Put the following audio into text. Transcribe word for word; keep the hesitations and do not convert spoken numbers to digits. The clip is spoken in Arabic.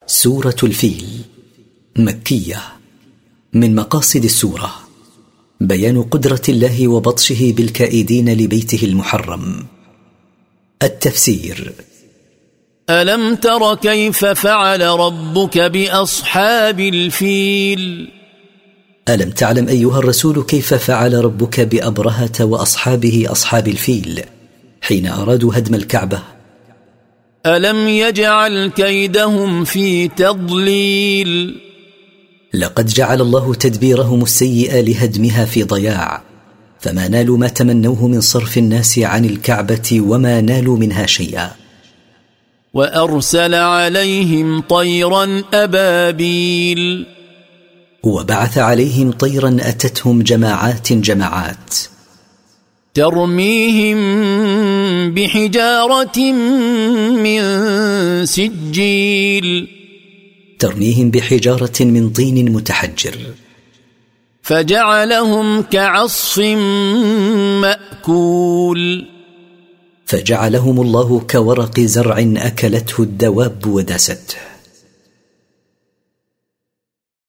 سورة الفيل مكية. من مقاصد السورة بيان قدرة الله وبطشه بالكائدين لبيته المحرم. التفسير: ألم تر كيف فعل ربك بأصحاب الفيل؟ ألم تعلم أيها الرسول كيف فعل ربك بأبرهة وأصحابه أصحاب الفيل حين أرادوا هدم الكعبة؟ ألم يجعل كيدهم في تضليل؟ لقد جعل الله تدبيرهم السيئ لهدمها في ضياع، فما نالوا ما تمنوه من صرف الناس عن الكعبة وما نالوا منها شيئا. وأرسل عليهم طيرا أبابيل، وبعث عليهم طيرا أتتهم جماعات جماعات، ترميهم بحجارة من سجيل، ترميهم بحجارة من طين متحجر، فجعلهم كعصف مأكول، فجعلهم الله كورق زرع أكلته الدواب وداسته.